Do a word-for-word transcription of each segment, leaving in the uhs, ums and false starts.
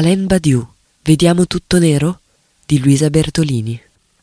Alain Badiou, Vediamo tutto nero? Di Luisa Bertolini.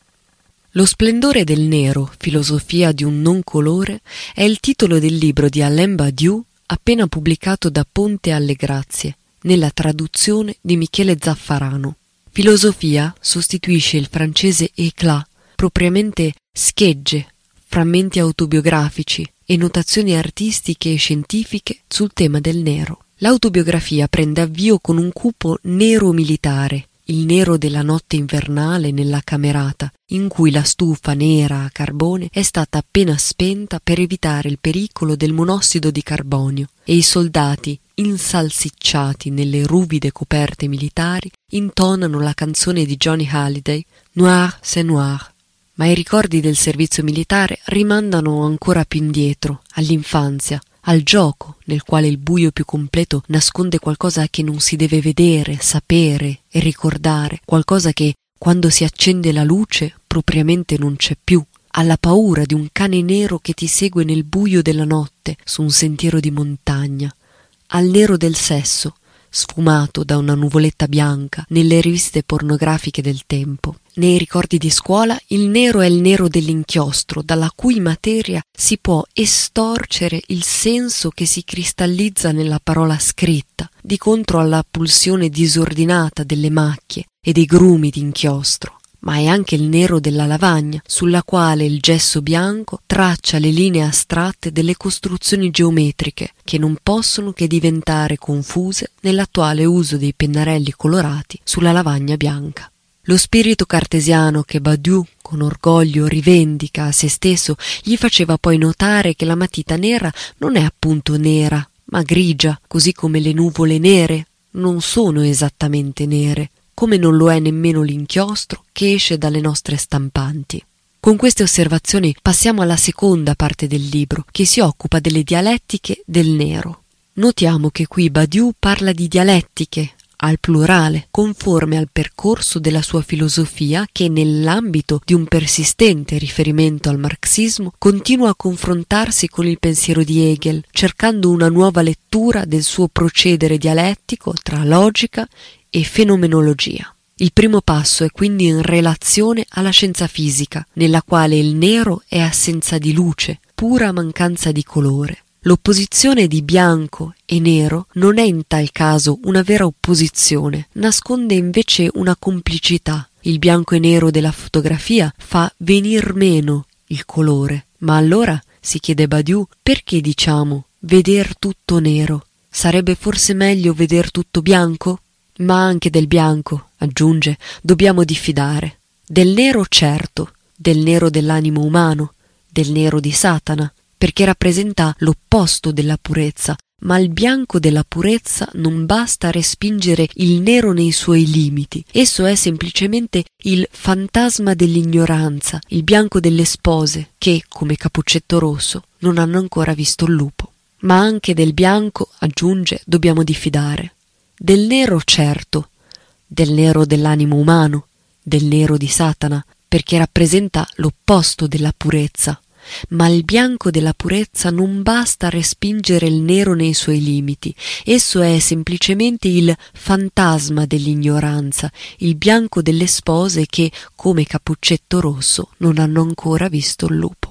Lo splendore del nero, filosofia di un non colore, è il titolo del libro di Alain Badiou appena pubblicato da Ponte alle Grazie, nella traduzione di Michele Zaffarano. Filosofia sostituisce il francese éclat, propriamente schegge, frammenti autobiografici e notazioni artistiche e scientifiche sul tema del nero. L'autobiografia prende avvio con un cupo nero militare, il nero della notte invernale nella camerata, in cui la stufa nera a carbone è stata appena spenta per evitare il pericolo del monossido di carbonio, e i soldati, insalsicciati nelle ruvide coperte militari, intonano la canzone di Johnny Hallyday, Noir c'est noir. Ma i ricordi del servizio militare rimandano ancora più indietro, all'infanzia, al gioco, nel quale il buio più completo nasconde qualcosa che non si deve vedere, sapere e ricordare, qualcosa che, quando si accende la luce, propriamente non c'è più, alla paura di un cane nero che ti segue nel buio della notte su un sentiero di montagna, al nero del sesso, sfumato da una nuvoletta bianca nelle riviste pornografiche del tempo. Nei ricordi di scuola il nero è il nero dell'inchiostro, dalla cui materia si può estorcere il senso che si cristallizza nella parola scritta, di contro alla pulsione disordinata delle macchie e dei grumi d'inchiostro. Ma è anche il nero della lavagna, sulla quale il gesso bianco traccia le linee astratte delle costruzioni geometriche, che non possono che diventare confuse nell'attuale uso dei pennarelli colorati sulla lavagna bianca. Lo spirito cartesiano che Badiou con orgoglio rivendica a se stesso gli faceva poi notare che la matita nera non è appunto nera, ma grigia, così come le nuvole nere non sono esattamente nere, come non lo è nemmeno l'inchiostro che esce dalle nostre stampanti. Con queste osservazioni passiamo alla seconda parte del libro, che si occupa delle dialettiche del nero. Notiamo che qui Badiou parla di dialettiche, al plurale, conforme al percorso della sua filosofia che, nell'ambito di un persistente riferimento al marxismo, continua a confrontarsi con il pensiero di Hegel, cercando una nuova lettura del suo procedere dialettico tra logica e fenomenologia. Il primo passo è quindi in relazione alla scienza fisica, nella quale il nero è assenza di luce, pura mancanza di colore. L'opposizione di bianco e nero non è in tal caso una vera opposizione, nasconde invece una complicità. Il bianco e nero della fotografia fa venir meno il colore. Ma allora, si chiede Badiou, perché diciamo veder tutto nero? Sarebbe forse meglio veder tutto bianco? Ma anche del bianco, aggiunge, dobbiamo diffidare. Del nero certo, del nero dell'animo umano, del nero di Satana, perché rappresenta l'opposto della purezza, ma il bianco della purezza non basta a respingere il nero nei suoi limiti. Esso è semplicemente il fantasma dell'ignoranza, il bianco delle spose, che, come Capuccetto Rosso, non hanno ancora visto il lupo. Ma anche del bianco, aggiunge, dobbiamo diffidare. Del nero certo, del nero dell'animo umano, del nero di Satana, perché rappresenta l'opposto della purezza, ma il bianco della purezza non basta a respingere il nero nei suoi limiti, esso è semplicemente il fantasma dell'ignoranza, il bianco delle spose che, come Capuccetto Rosso, non hanno ancora visto il lupo.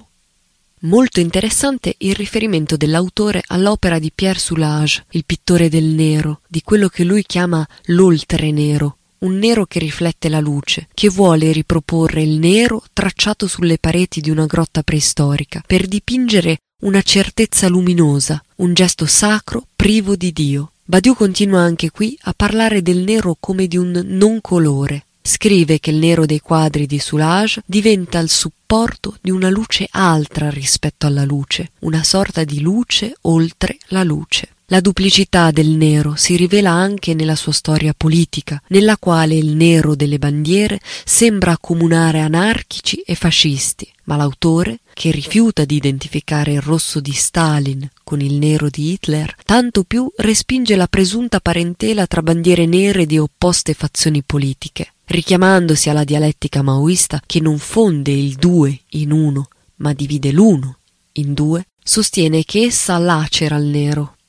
Molto interessante il riferimento dell'autore all'opera di Pierre Soulages, il pittore del nero, di quello che lui chiama l'oltre nero, un nero che riflette la luce, che vuole riproporre il nero tracciato sulle pareti di una grotta preistorica, per dipingere una certezza luminosa, un gesto sacro privo di Dio. Badiou continua anche qui a parlare del nero come di un non colore. Scrive che il nero dei quadri di Soulages diventa il supporto di una luce altra rispetto alla luce, una sorta di luce oltre la luce. La duplicità del nero si rivela anche nella sua storia politica, nella quale il nero delle bandiere sembra accomunare anarchici e fascisti, ma l'autore, che rifiuta di identificare il rosso di Stalin con il nero di Hitler, tanto più respinge la presunta parentela tra bandiere nere di opposte fazioni politiche, richiamandosi alla dialettica maoista che non fonde il due in uno, ma divide l'uno in due, sostiene che essa lacera il nero,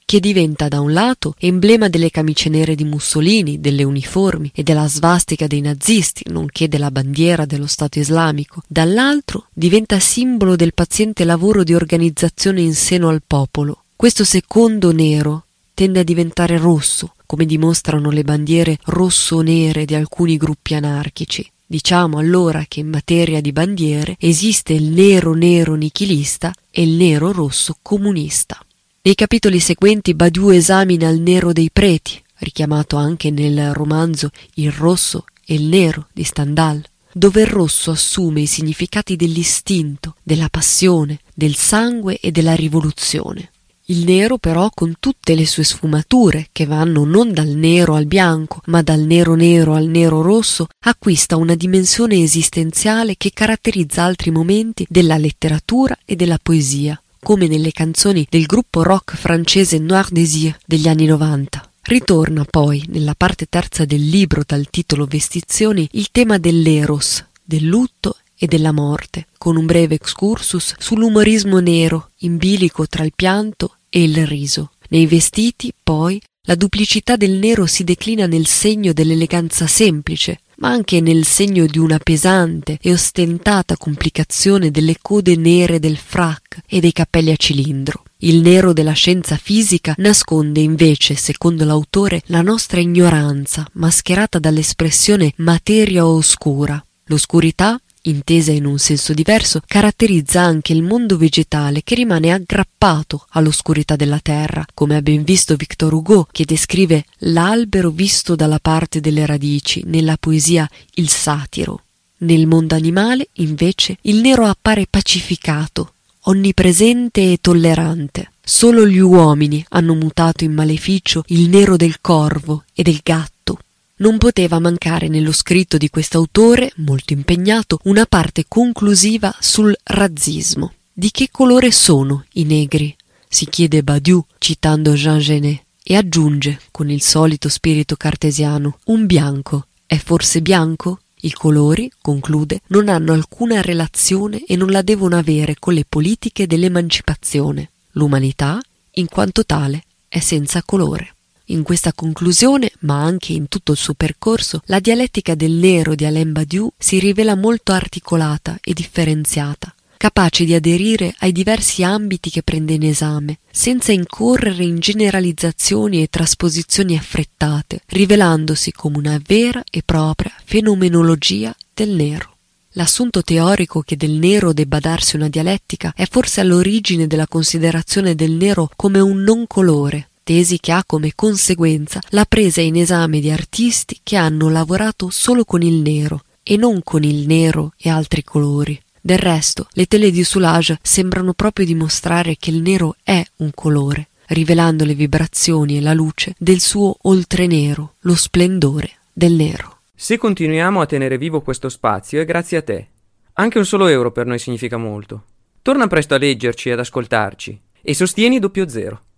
che diventa da un lato emblema delle camicie nere di Mussolini, delle uniformi e della svastica dei nazisti, nonché della bandiera dello Stato islamico, dall'altro diventa simbolo del paziente lavoro di organizzazione in seno al popolo. Questo secondo nero tende a diventare rosso, come dimostrano le bandiere rosso-nere di alcuni gruppi anarchici. Diciamo allora che in materia di bandiere esiste il nero-nero nichilista e il nero-rosso comunista. Nei capitoli seguenti Badiou esamina il nero dei preti, richiamato anche nel romanzo Il rosso e il nero di Stendhal, dove il rosso assume i significati dell'istinto, della passione, del sangue e della rivoluzione. Il nero però, con tutte le sue sfumature, che vanno non dal nero al bianco, ma dal nero nero al nero rosso, acquista una dimensione esistenziale che caratterizza altri momenti della letteratura e della poesia, come nelle canzoni del gruppo rock francese Noir Désir degli anni novanta. Ritorna poi, nella parte terza del libro dal titolo Vestizioni, il tema dell'eros, del lutto e della morte, con un breve excursus sull'umorismo nero, in bilico tra il pianto e il riso. Nei vestiti, poi, la duplicità del nero si declina nel segno dell'eleganza semplice, ma anche nel segno di una pesante e ostentata complicazione delle code nere del frac e dei capelli a cilindro. Il nero della scienza fisica nasconde invece, secondo l'autore, la nostra ignoranza, mascherata dall'espressione materia oscura. L'oscurità, intesa in un senso diverso, caratterizza anche il mondo vegetale che rimane aggrappato all'oscurità della terra, come ha ben visto Victor Hugo, che descrive l'albero visto dalla parte delle radici nella poesia Il satiro. Nel mondo animale, invece, il nero appare pacificato, onnipresente e tollerante. Solo gli uomini hanno mutato in maleficio il nero del corvo e del gatto. Non poteva mancare nello scritto di quest'autore, molto impegnato, una parte conclusiva sul razzismo. Di che colore sono i negri? Si chiede Badiou, citando Jean Genet, e aggiunge, con il solito spirito cartesiano, un bianco. È forse bianco? I colori, conclude, non hanno alcuna relazione e non la devono avere con le politiche dell'emancipazione. L'umanità, in quanto tale, è senza colore. In questa conclusione, ma anche in tutto il suo percorso, la dialettica del nero di Alain Badiou si rivela molto articolata e differenziata, capace di aderire ai diversi ambiti che prende in esame, senza incorrere in generalizzazioni e trasposizioni affrettate, rivelandosi come una vera e propria fenomenologia del nero. L'assunto teorico che del nero debba darsi una dialettica è forse all'origine della considerazione del nero come un non colore, tesi che ha come conseguenza la presa in esame di artisti che hanno lavorato solo con il nero e non con il nero e altri colori. Del resto, le tele di Soulages sembrano proprio dimostrare che il nero è un colore, rivelando le vibrazioni e la luce del suo oltrenero, lo splendore del nero. Se continuiamo a tenere vivo questo spazio è grazie a te. Anche un solo euro per noi significa molto. Torna presto a leggerci e ad ascoltarci e sostieni Doppio Zero.